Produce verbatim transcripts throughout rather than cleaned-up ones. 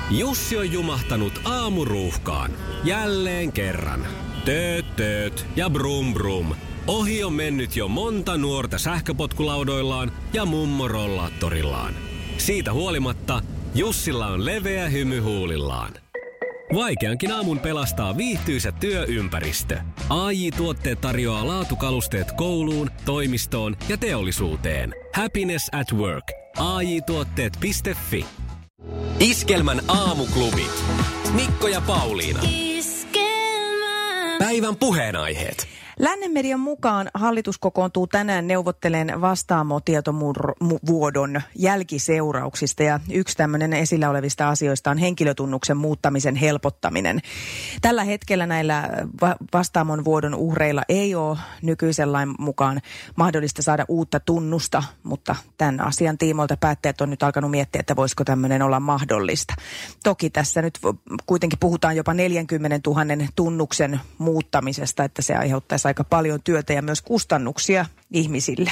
Jussi on jumahtanut aamuruuhkaan. Jälleen kerran. Tööt, tööt ja brum brum. Ohi on mennyt jo monta nuorta sähköpotkulaudoillaan ja mummorollaattorillaan. Siitä huolimatta Jussilla on leveä hymy huulillaan. Vaikeankin aamun pelastaa viihtyisä työympäristö. A J-tuotteet tarjoaa laatukalusteet kouluun, toimistoon ja teollisuuteen. Happiness at work. A J tuotteet piste fi. Iskelmän aamuklubi. Mikko ja Pauliina. Iskelmä. Päivän puheenaiheet. Lännen median mukaan hallitus kokoontuu tänään neuvottelemaan Vastaamo-tietovuodon jälkiseurauksista ja yksi tämmöinen esillä olevista asioista on henkilötunnuksen muuttamisen helpottaminen. Tällä hetkellä näillä va- Vastaamon vuodon uhreilla ei ole nykyisen lain mukaan mahdollista saada uutta tunnusta, mutta tämän asian tiimoilta päättäjät on nyt alkanut miettiä, että voisiko tämmöinen olla mahdollista. Toki tässä nyt kuitenkin puhutaan jopa neljäkymmentätuhatta tunnuksen muuttamisesta, että se aiheuttaisi aika paljon työtä ja myös kustannuksia ihmisille.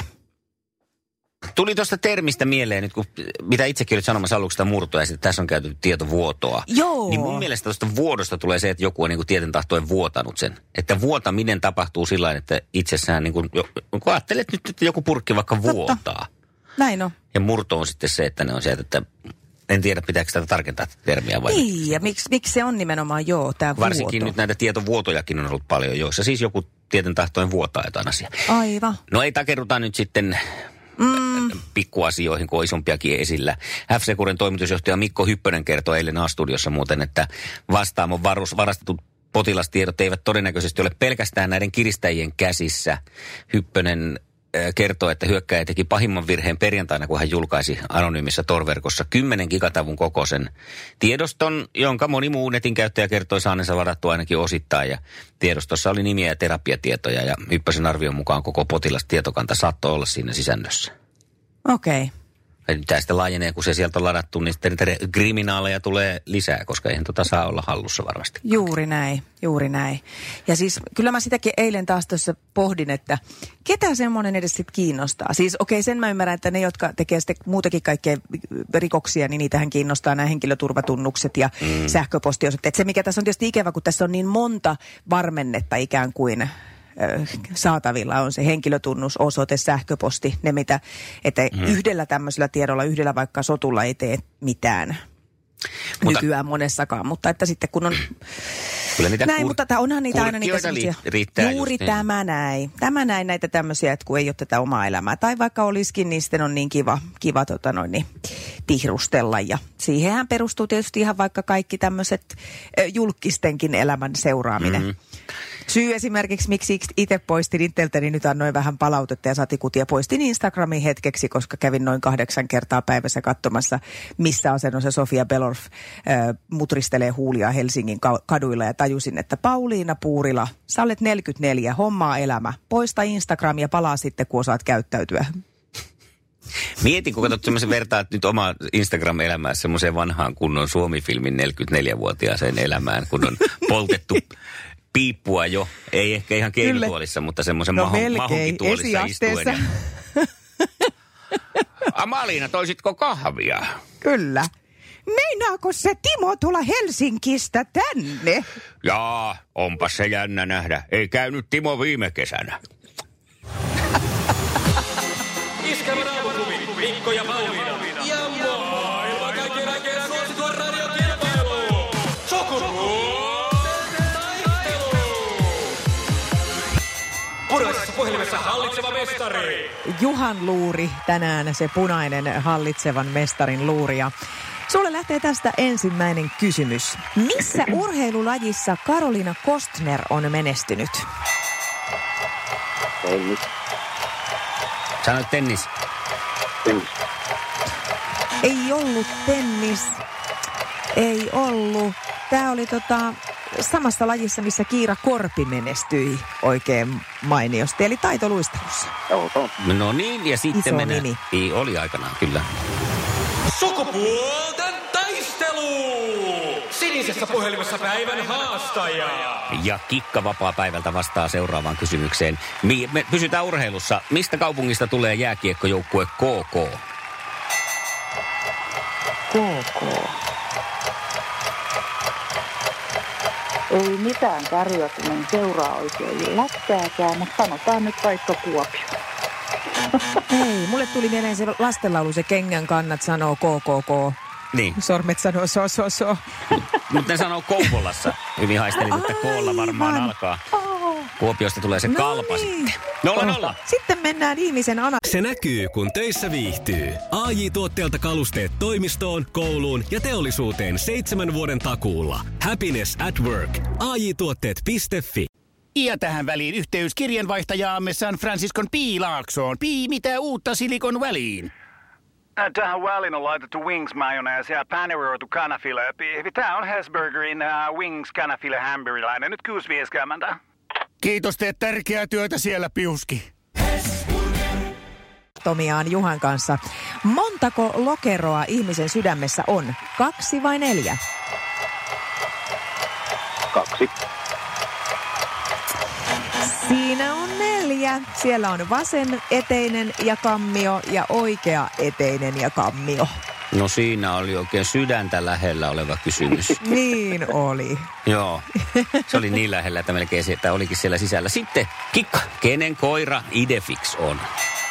Tuli tuosta termistä mieleen nyt, kun mitä itsekin olit sanomassa aluksi sitä murtoa ja sitten tässä on käyty tietovuotoa. Joo. Niin mun mielestä tuosta vuodosta tulee se, että joku on niin kuin tieten tahtoen vuotanut sen. Että vuotaminen tapahtuu sillä tavalla, että itsessään niin kuin, kun ajattelet nyt, että joku purkki vaikka vuotaa. Totta. Näin on. Ja murto on sitten se, että ne on sieltä, että en tiedä, pitääkö tätä tarkentaa tätä termiä vai niin, nyt. Ja miksi, miksi se on nimenomaan joo, tämä vuoto? Varsinkin nyt näitä tietovuotojakin on ollut paljon, joissa siis joku tieten tahtoen vuotaa jotain asiaa. Aivan. No ei takerruta nyt sitten mm. pikkuasioihin, kun on isompiakin esillä. F-Securen toimitusjohtaja Mikko Hyppönen kertoi eilen A-studiossa muuten, että Vastaamon varus, varastetut potilastiedot eivät todennäköisesti ole pelkästään näiden kiristäjien käsissä. Hyppönen kertoo, että hyökkääjä teki pahimman virheen perjantaina, kun hän julkaisi anonyymissä Tor-verkossa kymmenen gigatavun kokoisen tiedoston, jonka moni muu netin käyttäjä kertoi saaneensa varattua ainakin osittain. Ja tiedostossa oli nimiä ja terapiatietoja ja Hyppösen arvion mukaan koko potilastietokanta saattoi olla siinä sisännössä. Okei. Okay. Tämä sitten laajenee, kun se sieltä on ladattu, niin sitten niitä kriminaaleja tulee lisää, koska eihän tota saa olla hallussa varmasti. Juuri näin, juuri näin. Ja siis kyllä mä sitäkin eilen taas tuossa pohdin, että ketä semmoinen edes sitten kiinnostaa. Siis okei, okay, sen mä ymmärrän, että ne, jotka tekee sitten muutakin kaikkea rikoksia, niin niitähän kiinnostaa nämä henkilöturvatunnukset ja mm. sähköpostiosoitteet. Se, mikä tässä on tietysti ikävä, kun tässä on niin monta varmennetta ikään kuin saatavilla on se henkilötunnusosoite, sähköposti, ne mitä, että hmm. yhdellä tämmöisellä tiedolla, yhdellä vaikka sotulla ei tee mitään mutta, nykyään monessakaan, mutta että sitten kun on kyllä niitä näin, kur- mutta onhan niitä aina niitä semmoisia, juuri just, tämä niin. näin, tämä näin näitä tämmöisiä, että kun ei ole tätä omaa elämää, tai vaikka olisikin, niin sitten on niin kiva, kiva tota noin, niin, tihrustella ja siihenhän perustuu tietysti ihan vaikka kaikki tämmöiset julkistenkin elämän seuraaminen. Mm-hmm. Syy esimerkiksi, miksi itse poistin itseltäni, niin nyt annoin vähän palautetta ja satikutia. Poistin Instagramin hetkeksi, koska kävin noin kahdeksan kertaa päivässä katsomassa, missä asennossa Sofia Belorf äh, mutristelee huulia Helsingin kaduilla. Ja tajusin, että Pauliina Puurila, sä olet neljäkymmentäneljä, hommaa elämä. Poista Instagram ja palaa sitten, kun osaat käyttäytyä. Mietin, kun katsot semmoisen vertaat nyt omaa Instagram-elämää semmoiseen vanhaan kunnon Suomi-filmin neljäkymmentäneljävuotiaaseen elämään, kun on poltettu piippua jo, ei ehkä ihan keinutuolissa, mutta semmoisen no mahon, mahonkituolissa istuen. Ja... Amaliina, toisitko kahvia? Kyllä. Meinaako se Timo tulla Helsingistä tänne? Jaa, onpas se jännä nähdä. Ei käynyt Timo viime kesänä. Iskelmän aamuklubi, Mikko ja Pauliina. Ja maailman kaikkien aikeen suosituen radiokilpailu. Sukupuolten taistelu. Punaisessa puhelimessa hallitseva mestari. Juhan luuri tänään, se punainen hallitsevan mestarin luuri. Ja sulle lähtee tästä ensimmäinen kysymys. Missä urheilulajissa Karolina Kostner on menestynyt? Tennis. Sanoit tennis. Tennis. Ei ollut tennis. Ei ollut. Tämä oli tota samassa lajissa, missä Kiira Korpi menestyi oikein mainiosti, eli taitoluistelussa. Joo, no niin, ja sitten iso mennään. nimi. Ei, oli aikanaan, kyllä. Sukupuolten taistelu! Sinisessä puhelimessa päivän haastaja. Ja Kikka vapaa-päivältä vastaa seuraavaan kysymykseen. Me, me pysytään urheilussa. Mistä kaupungista tulee jääkiekkojoukkue K K? K K. Ei mitään kärryä, kun en seuraa oikein lätkääkään, mutta sanotaan nyt vaikka Kuopio. Ei, mulle tuli mieleen se lastenlaulu, se kengän kannat sanoo K K K. Niin. Sormet sanoo so so so. Mutta ne sanoo Kouvolassa. Hyvin haistelit, että koolla varmaan Aivan. alkaa. Kuopiosta tulee se No kalpa niin. sitten. Nolla nolla. Sitten mennään ihmisen ana... Se näkyy, kun töissä viihtyy. A J-tuotteelta kalusteet toimistoon, kouluun ja teollisuuteen seitsemän vuoden takuulla. Happiness at work. A J tuotteet piste fi. Ja tähän väliin yhteys kirjanvaihtajaamme San Franciscon Piilaaksoon. Pii, mitä uutta Silikon väliin? Tähän väliin on laitettu wings mayonnaise ja paneroitu kanafila. Tämä on Hesburgerin uh, wings kanafila hamburilainen. Nyt kuusi vieskäämäntä. Kiitos, teet tärkeää työtä siellä, Piuski. Tomiaan Juhan kanssa. Montako lokeroa ihmisen sydämessä on? Kaksi vai neljä? Kaksi. Siinä on neljä. Siellä on vasen eteinen ja kammio ja oikea eteinen ja kammio. No siinä oli oikein sydäntä lähellä oleva kysymys. Niin oli. Joo, se oli niin lähellä, että melkein se, että olikin siellä sisällä. Sitten, Kikka, kenen koira Idefix on?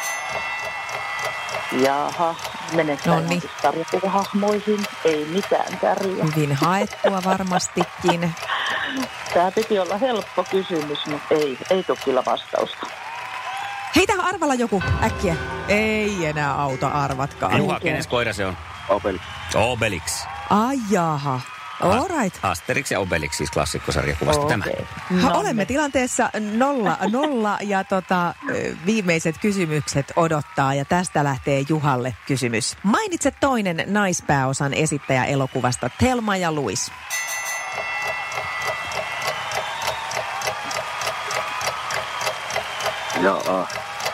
Jaha, menetään Noniin. hahmoihin. Ei mitään kärryä. Hyvin haettua varmastikin. Tämä piti olla helppo kysymys, mutta ei, ei tule kyllä vastausta. Heitä arvalla joku äkkiä. Ei enää auta, arvatkaa. Juha, kenes koira se on? Obelix. Obelix. Ai jaha. All right. Asterix ja Obelix, siis klassikkosarjakuvasta Okei. tämä. No, olemme niin. tilanteessa nolla, nolla ja tota, viimeiset kysymykset odottaa ja tästä lähtee Juhalle kysymys. Mainitse toinen naispääosan esittäjä elokuvasta Thelma ja Louise. Joo.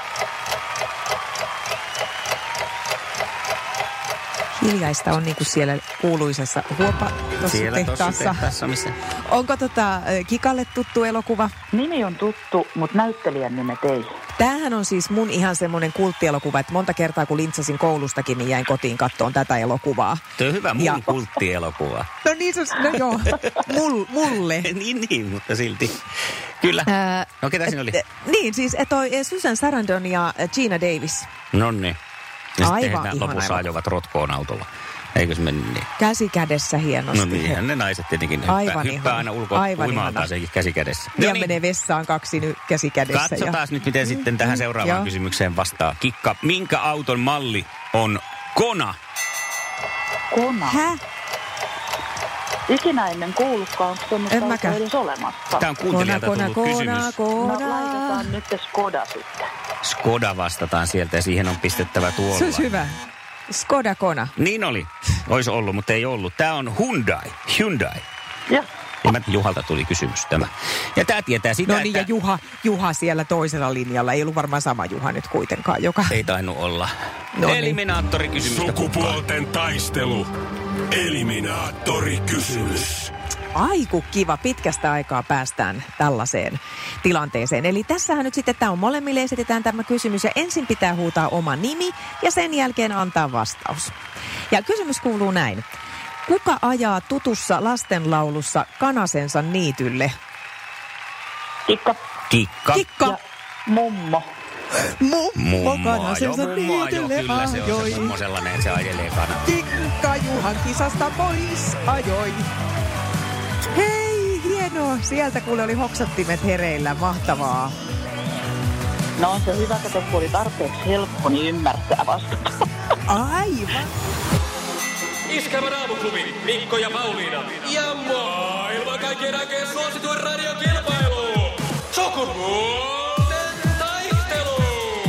Hiljaista on niin kuin siellä kuuluisessa huopa tuossa Siellä tuossa tehtaassa. tehtaassa, missä? Onko tota Kikalle tuttu elokuva? Nimi on tuttu, mutta näyttelijän nimet ei. Tämähän on siis mun ihan semmoinen kulttielokuva, että monta kertaa kun lintsasin koulustakin, niin jäin kotiin kattoon tätä elokuvaa. Tuo on hyvä mun Ja- kulttielokuva. No niin, sus, no joo, Mul, mulle. niin, niin, mutta silti. Kyllä. Ää, No ketä siinä oli? et- Niin, siis et toi eh, Susan Sarandon ja eh, Gina Davis. Nonni. Ja Aivan sitten he ihana lopussa elokuva. ajoivat rotkoon autolla. Eikö se mennyt niin? Käsi kädessä hienosti. No niin, ne naiset tietenkin hyppää, Aivan hyppää ihana. aina ulkoa Aivan uimaltaan ihana. sekin käsi kädessä. Ja menee vessaan kaksi ny- käsi kädessä. Katsotaan ja... nyt, miten sitten tähän seuraavaan Joo. kysymykseen vastaa. Kikka, minkä auton malli on Kona? Kona. Häh? Ikinä ennen kuullutkaan, onko tuommoista En mäkään. edes olemassa. Tämä on Kona, kuuntelijalta kona, tullut kona, kysymys. No kona. laitetaan nyt Skoda sitten. Skoda vastataan sieltä ja siihen on pistettävä tuolla. Se olisi hyvä. Skoda Kona. Niin oli. Olisi ollut, mutta ei ollut. Tämä on Hyundai. Hyundai. Ja Ja mä, Juhalta tuli kysymys tämä. Ja tämä tietää sitä, No niin, että... ja Juha, Juha siellä toisella linjalla. Ei ollut varmaan sama Juha nyt kuitenkaan, joka... Ei tainnut olla. No niin. Eliminaattorikysymystä. Sukupuolten taistelu. Eliminaattorikysymys. Aiku kiva, pitkästä aikaa päästään tällaiseen tilanteeseen. Eli tässähän nyt sitten tämä on molemmille esitetään tämä kysymys ja ensin pitää huutaa oma nimi ja sen jälkeen antaa vastaus. Ja kysymys kuuluu näin. Kuka ajaa tutussa lastenlaulussa kanasensa niitylle? Kikka. Kikka. Kikka. Ja mummo. Mummo Mummoa, joo, kanasensa mummoa, joo, niitylle kyllä se on ajoi. se mummo sellainen, että se ajelee kana. Kikka Juhan kisasta pois ajoi. Hei, hienoa. Sieltä kuule oli hoksattimet hereillä. Mahtavaa. No on se hyvä, että kun oli tarpeeksi helppo, niin ymmärtää vastata. Aivan. Iskävän aamuklubi, Mikko ja Pauliina. Ja maailman kaikkien aikeen suosituen radiokilpailu. Sukupuolten taistelu.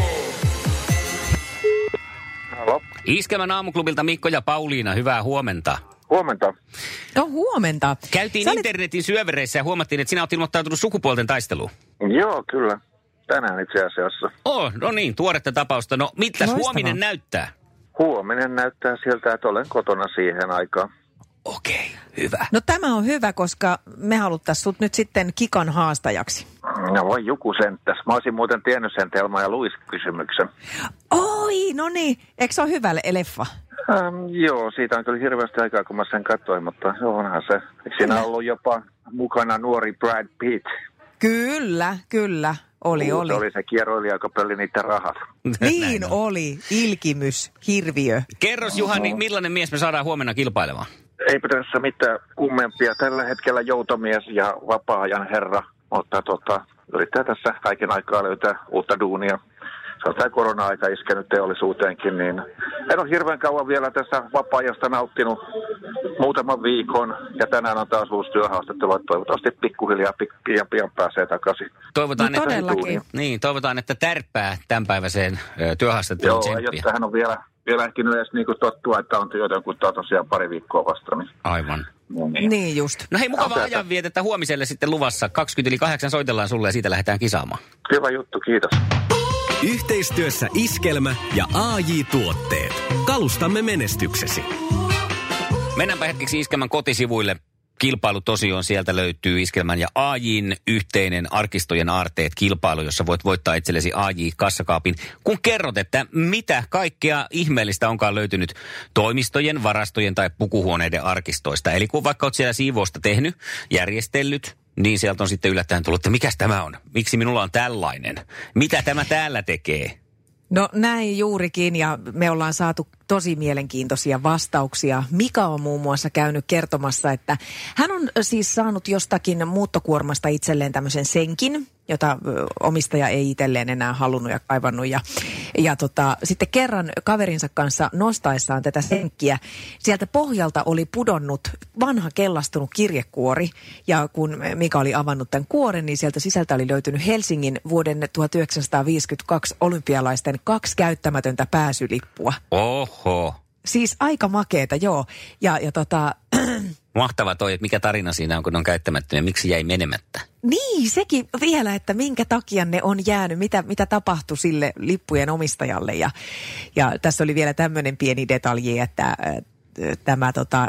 Halo. Iskävän aamuklubilta Mikko ja Pauliina, hyvää huomenta. Huomenta. No huomenta. Käytiin Sä olit- internetin syövereissä ja huomattiin, että sinä olet ilmoittautunut sukupuolten taisteluun. Joo, kyllä. Tänään itse asiassa. Oh, no niin, tuoretta tapausta. No, mitäs Loistavaa. huominen näyttää? Huominen näyttää siltä, että olen kotona siihen aikaan. Okei, hyvä. No tämä on hyvä, koska me haluttaisiin sut nyt sitten Kikan haastajaksi. No voi joku senttäs. Mä olisin muuten tiennyt sen Thelma ja Louise-kysymyksen. Oi, no niin. Eikö se ole hyvä leffa? Ähm, joo, siitä on kyllä hirveästi aikaa, kun mä sen katsoin, mutta onhan se. Eikö siinä ollut jopa mukana nuori Brad Pitt. Kyllä, kyllä. Oli, Uut oli. oli se kierroilija, joka peli niitä rahat. Niin oli. Ilkimys, hirviö. Kerros Juhani, millainen mies me saadaan huomenna kilpailemaan? Eipä tässä mitään kummempia. Tällä hetkellä joutomies ja vapaa-ajan herra, mutta tota, yrittää tässä kaiken aikaa löytää uutta duunia. Se on tämä korona-aika iskenyt teollisuuteenkin, niin en ole hirveän kauan vielä tässä vapaa-ajasta nauttinut muutaman viikon. Ja tänään on taas uusi työhaastattelu, että toivottavasti pikkuhiljaa pian pian pääsee takaisin. Toivotaan, No että, todellakin. niin, toivotaan, että tärppää tämänpäiväiseen ö, työhaastatteluun Joo, tsemppiä. jotta hän on vielä, vielä ehtinyt edes niinku tottua, että on työtä, kun tämä on tosiaan pari viikkoa vasta. Niin, Aivan. no niin. Niin just. No hei, mukavaa Tätä. ajanvietettä huomiselle sitten luvassa. kaksikymmentä yli kahdeksan soitellaan sulle ja siitä lähdetään kisaamaan. Hyvä juttu, kiitos. Yhteistyössä Iskelmä ja A J Tuotteet. Kalustamme menestyksesi. Mennäänpä hetkeksi Iskelmän kotisivuille. Kilpailutosioon sieltä löytyy Iskelmän ja A J:n yhteinen arkistojen aarteet kilpailu, jossa voit voittaa itsellesi A J-kassakaapin. Kun kerrot, että mitä kaikkea ihmeellistä onkaan löytynyt toimistojen, varastojen tai pukuhuoneiden arkistoista. Eli kun vaikka olet siellä siivousta tehnyt, järjestellyt, niin sieltä on sitten yllättäen tullut, että mikäs tämä on? Miksi minulla on tällainen? Mitä tämä täällä tekee? No näin juurikin, ja me ollaan saatu tosi mielenkiintoisia vastauksia. Mika on muun muassa käynyt kertomassa, että hän on siis saanut jostakin muuttokuormasta itselleen tämmöisen senkin, jota omistaja ei itselleen enää halunnut ja kaivannut. Ja, ja tota, sitten kerran kaverinsa kanssa nostaessaan tätä senkkiä, sieltä pohjalta oli pudonnut vanha kellastunut kirjekuori. Ja kun Mika oli avannut tämän kuoren, niin sieltä sisältä oli löytynyt Helsingin vuoden tuhatyhdeksänsataaviisikymmentäkaksi olympialaisten kaksi käyttämätöntä pääsylippua. Oho. Siis aika makeeta, joo. Ja, ja tota... Mahtava toi, että mikä tarina siinä on, kun ne on käyttämättömiä. Miksi jäi menemättä? Niin, sekin vielä, että minkä takia ne on jäänyt, mitä, mitä tapahtui sille lippujen omistajalle. Ja, ja tässä oli vielä tämmöinen pieni detalji, että äh, tämä tota,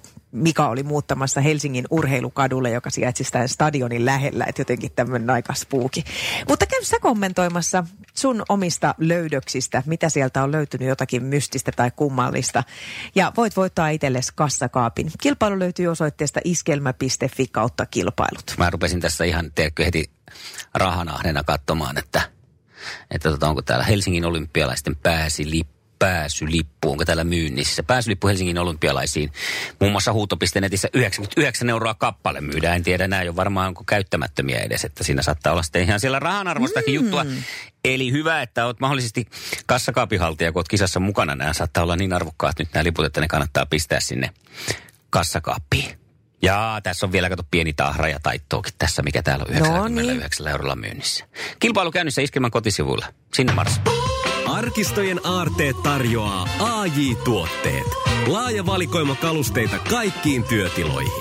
Mika oli muuttamassa Helsingin urheilukadulle, joka sijaitsi sitä stadionin lähellä, että jotenkin tämmöinen aika spooki. Mutta käy sä kommentoimassa sun omista löydöksistä, mitä sieltä on löytynyt jotakin mystistä tai kummallista. Ja voit voittaa itsellesi kassakaapin. Kilpailu löytyy osoitteesta iskelmä piste fi kautta kilpailut. Mä rupesin tässä ihan, teekö heti rahanahdena katsomaan, että, että tota, onko täällä Helsingin olympialaisten pääsilippu. Pääsylippu, onko täällä myynnissä? Pääsylippu Helsingin olympialaisiin. Muun muassa huuto piste netissä yhdeksänkymmentäyhdeksän euroa kappale myydään. En tiedä, nämä ei ole varmaan onko käyttämättömiä edes, että siinä saattaa olla sitten ihan siellä rahanarvostakin mm. juttua. Eli hyvä, että olet mahdollisesti kassakaapihaltija, kun olet kisassa mukana. Nämä saattaa olla niin arvokkaat nyt nämä liput, että ne kannattaa pistää sinne kassakaappiin. Ja tässä on vielä, kato, pieni tahra ja taittoakin tässä, mikä täällä on yhdeksänkymmentäyhdeksän no niin. eurolla myynnissä. Kilpailu käynnissä Iskelmän kotisivuilla. Sinne mars. Arkistojen aarteet tarjoaa A J Tuotteet. Laaja valikoima kalusteita kaikkiin työtiloihin.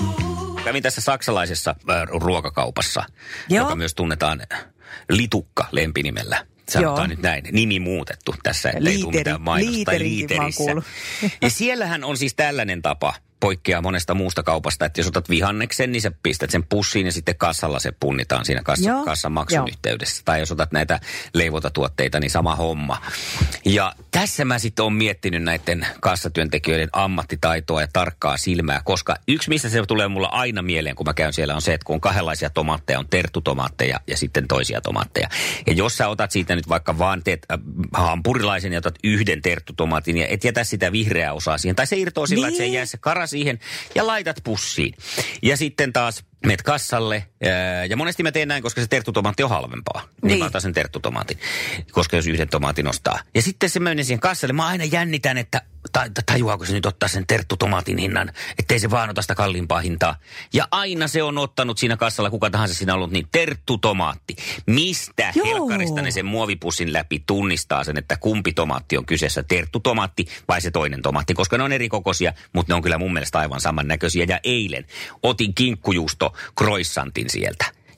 Kävin tässä saksalaisessa äh, ruokakaupassa, Joo. joka myös tunnetaan Litukka lempinimellä. Sanotaan Joo. nyt näin, nimi muutettu tässä, ettei tule mitään mainosta liiterissä. Ja siellähän on siis tällainen tapa, poikkeaa monesta muusta kaupasta, että jos otat vihanneksen, niin sä pistät sen pussiin ja sitten kassalla se punnitaan siinä kassa, kassan maksun Joo. yhteydessä. Tai jos otat näitä leivotatuotteita, niin sama homma. Ja tässä mä sitten oon miettinyt näiden kassatyöntekijöiden ammattitaitoa ja tarkkaa silmää, koska yksi, mistä se tulee mulla aina mieleen, kun mä käyn siellä, on se, että kun on kahdenlaisia tomaatteja, on terttutomaatteja ja sitten toisia tomaatteja. Ja jos sä otat siitä nyt vaikka vaan teet äh, hampurilaisen ja otat yhden terttutomaatin ja et jätä sitä vihreää osaa siihen, tai se irtoaa sillä, niin. että se ei jää se kara siihen ja laitat pussiin. Ja sitten taas menet kassalle, ää, ja monesti mä teen näin, koska se terttutomaatti on halvempaa. Niin, niin mä otan sen terttutomaatin, koska jos yhden tomaatin ostaa. Ja sitten se menen siihen kassalle, mä aina jännitän, että tajuaako se nyt ottaa sen terttutomaatin hinnan, ettei se vaan ota sitä kalliimpaa hintaa. Ja aina se on ottanut siinä kassalla, kuka tahansa siinä on ollut, niin terttutomaatti. Mistä Joo. helkkarista ne sen muovipussin läpi tunnistaa sen, että kumpi tomaatti on kyseessä, terttutomaatti vai se toinen tomaatti, koska ne on eri kokoisia, mutta ne on kyllä mun mielestä aivan samannäköisiä. Ja eilen otin kinkkujuusto croissantin sieltä.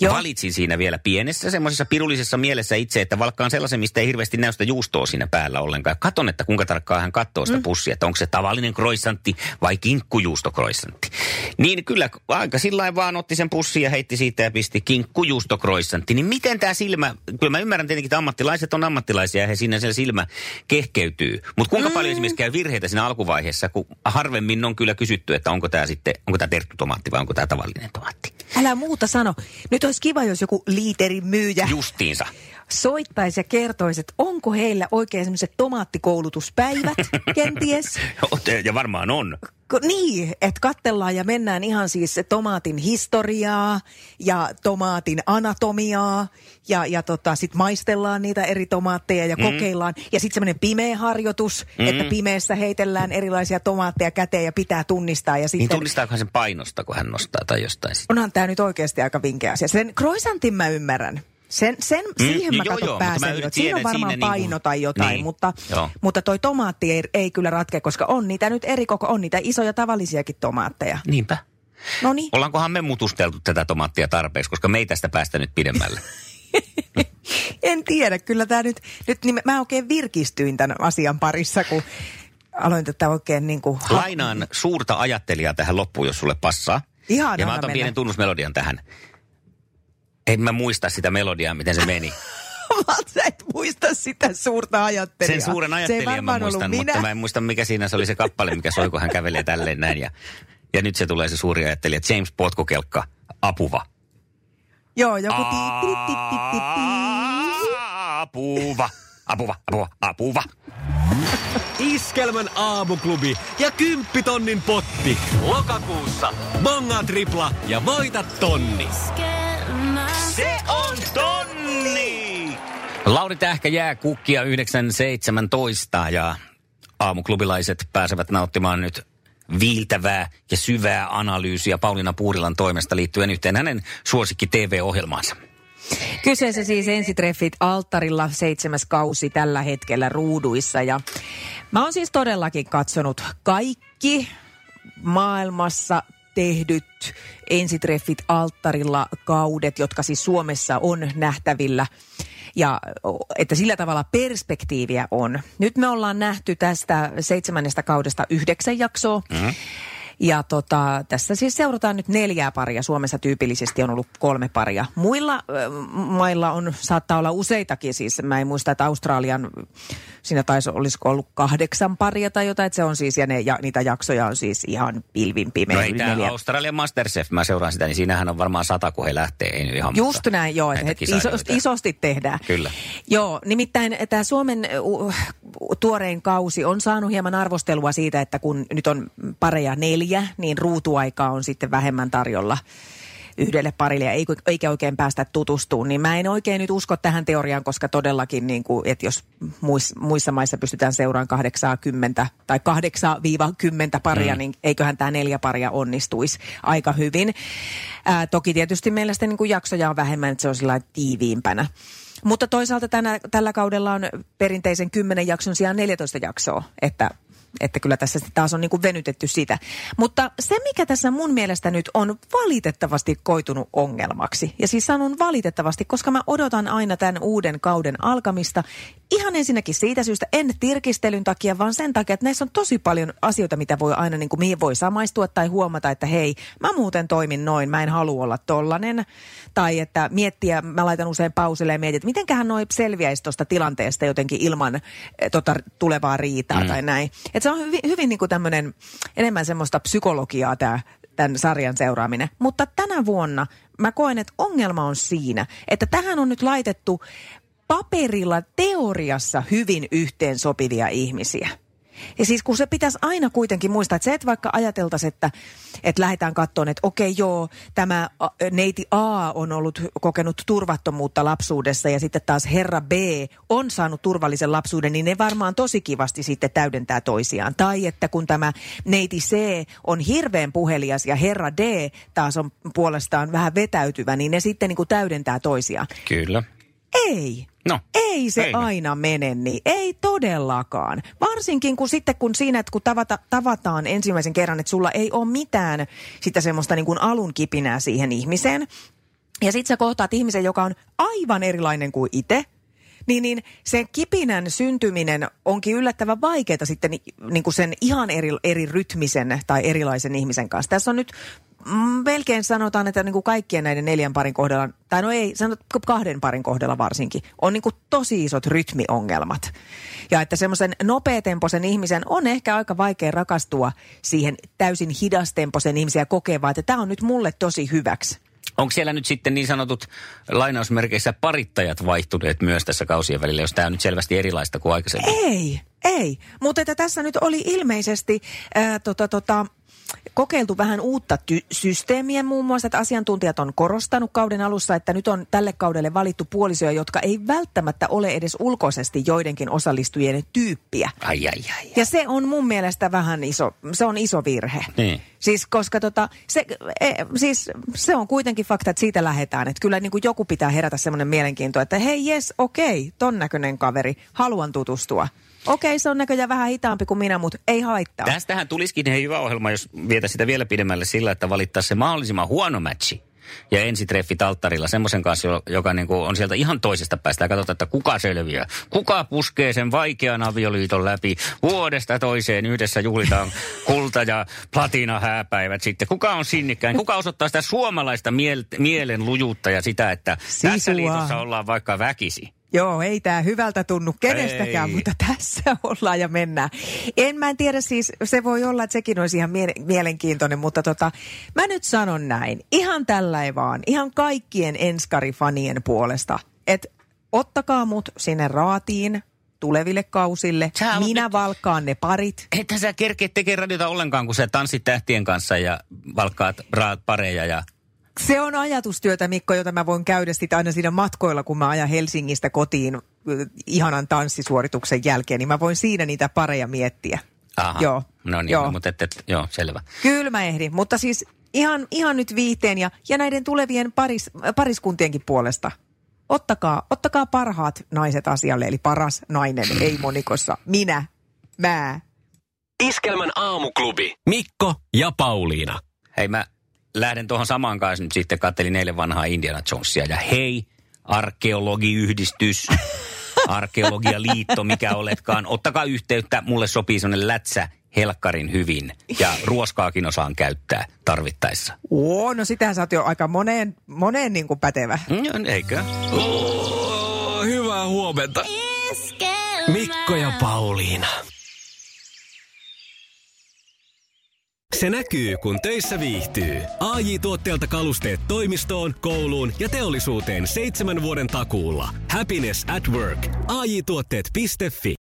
Joo. Valitsin siinä vielä pienessä semmoisessa pirullisessa mielessä itse, että valkkaan sellaisen, mistä ei hirveästi näy sitä juustoa siinä päällä ollenkaan. Katon, että kuinka tarkkaan hän katsoo sitä mm. pussia, että onko se tavallinen croissantti vai kinkkujuustokroissantti. Niin kyllä aika sillain vaan otti sen pussin ja heitti siitä ja pisti kinkkujuustokroissantti. Niin miten tämä silmä, kyllä mä ymmärrän tietenkin, että ammattilaiset on ammattilaisia ja he siinä se silmä kehkeytyy. Mutta kuinka mm. paljon esimerkiksi käy virheitä siinä alkuvaiheessa, kun harvemmin on kyllä kysytty, että onko tämä sitten, onko tämä terttutomaatti vai onko tämä tavallinen tomaatti. Älä muuta sano. Nyt olisi kiva, jos joku liiterin myyjä Justiinsa soittaisi ja kertoisi, että onko heillä oikein sellaiset tomaattikoulutuspäivät kenties. Ja varmaan on. Niin, että katsellaan ja mennään ihan siis tomaatin historiaa ja tomaatin anatomiaa ja, ja tota, sitten maistellaan niitä eri tomaatteja ja mm. kokeillaan. Ja sitten semmoinen pimeä harjoitus, mm. että pimeässä heitellään erilaisia tomaatteja käteen ja pitää tunnistaa. Ja sitten... Niin tunnistaakohan sen painosta, kun hän nostaa tai jostain? Onhan tämä nyt oikeasti aika vinkeä asia. Sen croissantin mä ymmärrän. Sen, sen mm, siihen mä kato pääsen jo. Siinä on varmaan siinä paino niinku, tai jotain, niin, mutta, mutta toi tomaatti ei, ei kyllä ratkea, koska on niitä nyt eri koko, on niitä isoja tavallisiakin tomaatteja. Niinpä. Noniin. Ollaankohan me mutusteltu tätä tomaattia tarpeeksi, koska me ei tästä päästä nyt pidemmälle. En tiedä, kyllä tämä nyt, nyt niin mä oikein virkistyin tämän asian parissa, kun aloin tätä oikein niin kuin... Lainaan suurta ajattelijaa tähän loppuun, jos sulle passaa. Ihan ja mä otan pienen tunnusmelodian tähän. En mä muista sitä melodiaa, miten se meni. Sä et muista sitä suurta ajattelijaa. Sen suuren ajattelijan mä muistan, mutta mä en muista mikä siinä se oli se kappale, mikä soi, kun hän kävelee tälleen näin. Ja, ja nyt se tulee se suuri ajattelija, James Potkukelkka, Apuva. Joo, joku Apuva, apuva, apuva, apuva. Iskelmän aamuklubi ja kymppitonnin potti. Lokakuussa bonga tripla ja voita tonni. Se on tonni! Lauri Tähkä jää kukkia yhdeksän seitsemäntoista ja aamuklubilaiset pääsevät nauttimaan nyt viiltävää ja syvää analyysiä Pauliina Puurilan toimesta liittyen yhteen hänen suosikki T V-ohjelmaansa. Kyseessä siis ensitreffit alttarilla, seitsemäs kausi tällä hetkellä ruuduissa. Ja mä oon siis todellakin katsonut kaikki maailmassa tehdyt ensitreffit alttarilla kaudet, jotka siis Suomessa on nähtävillä. Ja että sillä tavalla perspektiiviä on. Nyt me ollaan nähty tästä seitsemännestä kaudesta yhdeksän jaksoa. Mm-hmm. Ja tota, tässä siis seurataan nyt neljää paria. Suomessa tyypillisesti on ollut kolme paria. Muilla äh, mailla on, saattaa olla useitakin siis. Mä en muista, että Australian, siinä taisi olisiko ollut kahdeksan paria tai jotain. Että se on siis, ja, ne, ja niitä jaksoja on siis ihan pilvin pimeä. No ei tämä Australian Masterchef, mä seuraan sitä, niin siinähän on varmaan sata, kun he lähtee. Ei ihan, just näin, joo. Että isosti, isosti tehdään. Kyllä. Joo, nimittäin tämä Suomen uh, tuorein kausi on saanut hieman arvostelua siitä, että kun nyt on pareja neljä, niin ruutuaikaa on sitten vähemmän tarjolla yhdelle parille ja eikä oikein päästä tutustumaan. Niin mä en oikein nyt usko tähän teoriaan, koska todellakin, niin kuin, että jos muis, muissa maissa pystytään seuraamaan kahdeksankymmentä tai kahdeksan kymmentä paria, mm. niin eiköhän tämä neljä paria onnistuisi aika hyvin. Ää, toki tietysti meillä sitten niin kuin jaksoja on vähemmän, että se on sillä tiiviimpänä. Mutta toisaalta tänä, tällä kaudella on perinteisen kymmenen jakson sijaan neljätoista jaksoa, että Että kyllä tässä taas on niin kuin venytetty sitä. Mutta se, mikä tässä mun mielestä nyt on valitettavasti koitunut ongelmaksi. Ja siis sanon valitettavasti, koska mä odotan aina tämän uuden kauden alkamista. Ihan ensinnäkin siitä syystä, en tirkistelyn takia, vaan sen takia, että näissä on tosi paljon asioita, mitä voi aina, niin kuin mihin voi samaistua tai huomata, että hei, mä muuten toimin noin, mä en halua olla tollanen. Tai että miettiä, mä laitan usein pauselle ja mietin, että mitenköhän noi selviäisi tuosta tilanteesta jotenkin ilman tota, tulevaa riitaa mm. tai näin. Että se on hyvin, hyvin niin kuin tämmöinen enemmän semmoista psykologiaa tämä, tämän sarjan seuraaminen. Mutta tänä vuonna mä koen, että ongelma on siinä, että tähän on nyt laitettu paperilla teoriassa hyvin yhteensopivia ihmisiä. Ja siis kun se pitäisi aina kuitenkin muistaa, että se, että vaikka ajateltaisiin, että, että lähdetään katsomaan, että okei joo, tämä neiti A on ollut kokenut turvattomuutta lapsuudessa ja sitten taas herra B on saanut turvallisen lapsuuden, niin ne varmaan tosi kivasti sitten täydentää toisiaan. Tai että kun tämä neiti C on hirveän puhelias ja herra D taas on puolestaan vähän vetäytyvä, niin ne sitten niin kuin täydentää toisiaan. Kyllä. Ei. No, ei se ei aina mene niin. Ei todellakaan. Varsinkin kun sitten kun siinä, että kun tavata, tavataan ensimmäisen kerran, että sulla ei ole mitään sitä semmoista niin kuin alun kipinää siihen ihmiseen. Ja sit sä kohtaat ihmisen, joka on aivan erilainen kuin itse. Niin, niin sen kipinän syntyminen onkin yllättävän vaikeaa sitten niin kuin sen ihan eri, eri rytmisen tai erilaisen ihmisen kanssa. Tässä on nyt mm, melkein sanotaan, että niin kuin kaikkien näiden neljän parin kohdalla, tai no ei, sanotaan kahden parin kohdalla varsinkin, on niin kuin tosi isot rytmiongelmat. Ja että semmoisen nopeatempoisen ihmisen on ehkä aika vaikea rakastua siihen täysin hidastempoisen ihmisiä kokevaan, että tämä on nyt mulle tosi hyväksi. Onko siellä nyt sitten niin sanotut lainausmerkeissä parittajat vaihtuneet myös tässä kausien välillä, jos tämä on nyt selvästi erilaista kuin aikaisemmin? Ei, ei. Mutta että tässä nyt oli ilmeisesti ää, tota, tota, kokeiltu vähän uutta ty- systeemiä muun muassa, että asiantuntijat on korostanut kauden alussa, että nyt on tälle kaudelle valittu puolisoja, jotka ei välttämättä ole edes ulkoisesti joidenkin osallistujien tyyppiä. Ai, ai, ai. Ja se on mun mielestä vähän iso, se on iso virhe. Niin. Siis koska tota, se, e, siis se on kuitenkin fakta, että siitä lähdetään. Että kyllä niin kuin joku pitää herätä semmoinen mielenkiinto, että hei jes, okei, ton näköinen kaveri, haluan tutustua. Okei, se on näköjään vähän hitaampi kuin minä, mutta ei haittaa. Tästähän tulisikin hei, hyvä ohjelma, jos vietä sitä vielä pidemmälle sillä, että valittaa se mahdollisimman huono matchi. Ja ensitreffit alttarilla semmoisen kanssa, joka niin kuin on sieltä ihan toisesta päästä. Ja katsotaan, että kuka selviää. Kuka puskee sen vaikean avioliiton läpi. Vuodesta toiseen yhdessä juhlitaan kulta- ja platina-hääpäivät sitten. Kuka on sinnikkäin? Kuka osoittaa sitä suomalaista miel- mielen lujuutta ja sitä, että Sisua. Tässä liitossa ollaan vaikka väkisi. Joo, ei tämä hyvältä tunnu kenestäkään, ei. Mutta tässä ollaan ja mennään. En mä en tiedä siis, se voi olla, että sekin olisi ihan mie- mielenkiintoinen, mutta tota, mä nyt sanon näin. Ihan tälläin vaan, ihan kaikkien enskarifanien puolesta, että ottakaa mut sinne raatiin tuleville kausille. Sä Minä nyt... valkkaan ne parit. Että sä kerkeet tekee radiota ollenkaan, kun sä tanssit tähtien kanssa ja valkkaat raat pareja ja... Se on ajatustyötä, Mikko, jota mä voin käydä sitten aina siinä matkoilla, kun mä ajan Helsingistä kotiin ihanan tanssisuorituksen jälkeen, niin mä voin siinä niitä pareja miettiä. Aha, joo. No niin, joo. No, mutta et, et, joo, selvä. Kyllä mä ehdin, mutta siis ihan, ihan nyt viihteen ja, ja näiden tulevien paris, pariskuntienkin puolesta. Ottakaa, ottakaa parhaat naiset asialle, eli paras nainen, ei monikossa. Minä, mä. Iskelmän aamuklubi, Mikko ja Pauliina. Hei, mä lähden tuohon samaan kanssa nyt sitten, kattelin eilen vanhaa Indiana Jonesia. Ja hei, arkeologiyhdistys, arkeologialiitto, mikä oletkaan. Ottakaa yhteyttä, mulle sopii sellainen lätsä helkkarin hyvin. Ja ruoskaakin osaan käyttää tarvittaessa. Oo, no sitähän sä oot jo aika moneen, moneen niin kuin pätevä. Mm, eikö? Oh, hyvää huomenta. Mikko ja Pauliina. Se näkyy, kun töissä viihtyy. A J-tuotteelta kalusteet toimistoon, kouluun ja teollisuuteen seitsemän vuoden takuulla. Happiness at work. A J tuotteet piste fi